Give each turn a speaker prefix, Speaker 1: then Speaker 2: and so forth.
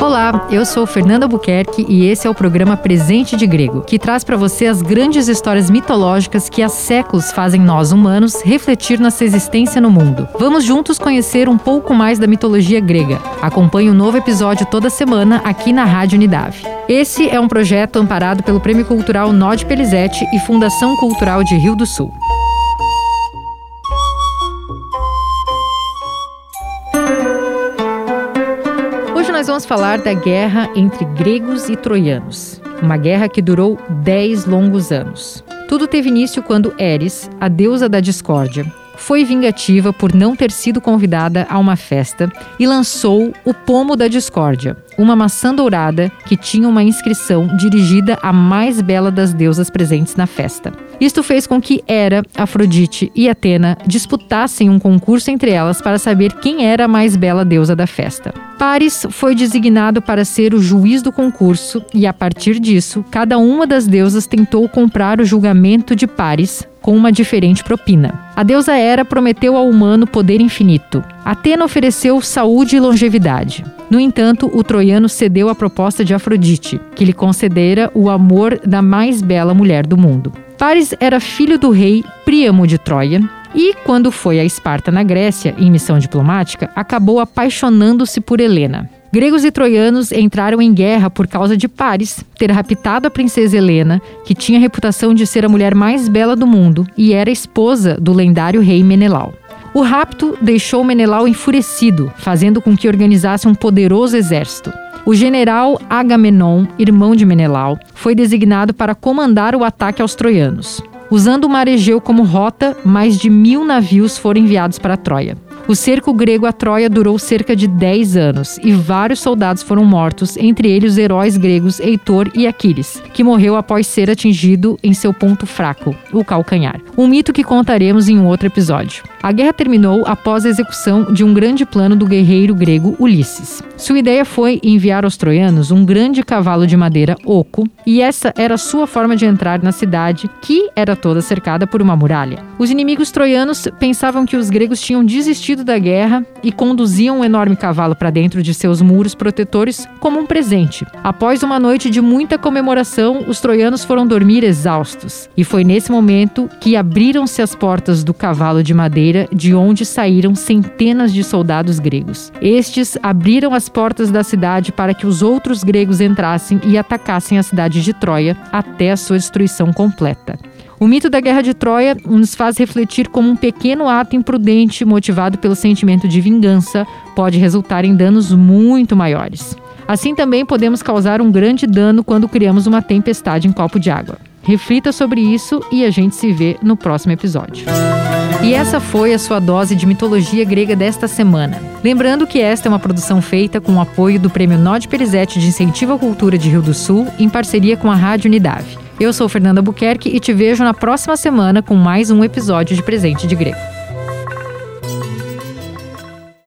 Speaker 1: Olá, eu sou Fernanda Albuquerque e esse é o programa Presente de Grego, que traz para você as grandes histórias mitológicas que há séculos fazem nós, humanos, refletir nossa existência no mundo. Vamos juntos conhecer um pouco mais da mitologia grega. Acompanhe um novo episódio toda semana aqui na Rádio Unidade. Esse é um projeto amparado pelo Prêmio Cultural Nod Pelizete e Fundação Cultural de Rio do Sul. Hoje nós vamos falar da guerra entre gregos e troianos. Uma guerra que durou 10 longos anos. Tudo teve início quando Eris, a deusa da discórdia, foi vingativa por não ter sido convidada a uma festa e lançou o pomo da discórdia, uma maçã dourada que tinha uma inscrição dirigida à mais bela das deusas presentes na festa. Isto fez com que Hera, Afrodite e Atena disputassem um concurso entre elas para saber quem era a mais bela deusa da festa. Paris foi designado para ser o juiz do concurso e, a partir disso, cada uma das deusas tentou comprar o julgamento de Paris com uma diferente propina. A deusa Hera prometeu ao humano poder infinito. Atena ofereceu saúde e longevidade. No entanto, o troiano cedeu à proposta de Afrodite, que lhe concedera o amor da mais bela mulher do mundo. Paris era filho do rei Príamo de Troia e, quando foi a Esparta na Grécia, em missão diplomática, acabou apaixonando-se por Helena. Gregos e troianos entraram em guerra por causa de Paris ter raptado a princesa Helena, que tinha a reputação de ser a mulher mais bela do mundo e era esposa do lendário rei Menelau. O rapto deixou Menelau enfurecido, fazendo com que organizasse um poderoso exército. O general Agamenon, irmão de Menelau, foi designado para comandar o ataque aos troianos. Usando o mar Egeu como rota, mais de 1000 navios foram enviados para Troia. O cerco grego a Troia durou cerca de 10 anos e vários soldados foram mortos, entre eles os heróis gregos Heitor e Aquiles, que morreu após ser atingido em seu ponto fraco, o calcanhar. Um mito que contaremos em um outro episódio. A guerra terminou após a execução de um grande plano do guerreiro grego Ulisses. Sua ideia foi enviar aos troianos um grande cavalo de madeira oco, e essa era sua forma de entrar na cidade, que era toda cercada por uma muralha. Os inimigos troianos pensavam que os gregos tinham desistido da guerra e conduziam um enorme cavalo para dentro de seus muros protetores como um presente. Após uma noite de muita comemoração, os troianos foram dormir exaustos. E foi nesse momento que abriram-se as portas do cavalo de madeira, de onde saíram centenas de soldados gregos. Estes abriram as portas da cidade para que os outros gregos entrassem e atacassem a cidade de Troia até a sua destruição completa. O mito da Guerra de Troia nos faz refletir como um pequeno ato imprudente, motivado pelo sentimento de vingança, pode resultar em danos muito maiores. Assim também podemos causar um grande dano quando criamos uma tempestade em copo de água. Reflita sobre isso e a gente se vê no próximo episódio. E essa foi a sua dose de mitologia grega desta semana. Lembrando que esta é uma produção feita com o apoio do Prêmio Nod Pelizete de Incentivo à Cultura de Rio do Sul, em parceria com a Rádio Unidade. Eu sou Fernanda Albuquerque e te vejo na próxima semana com mais um episódio de Presente de Grego.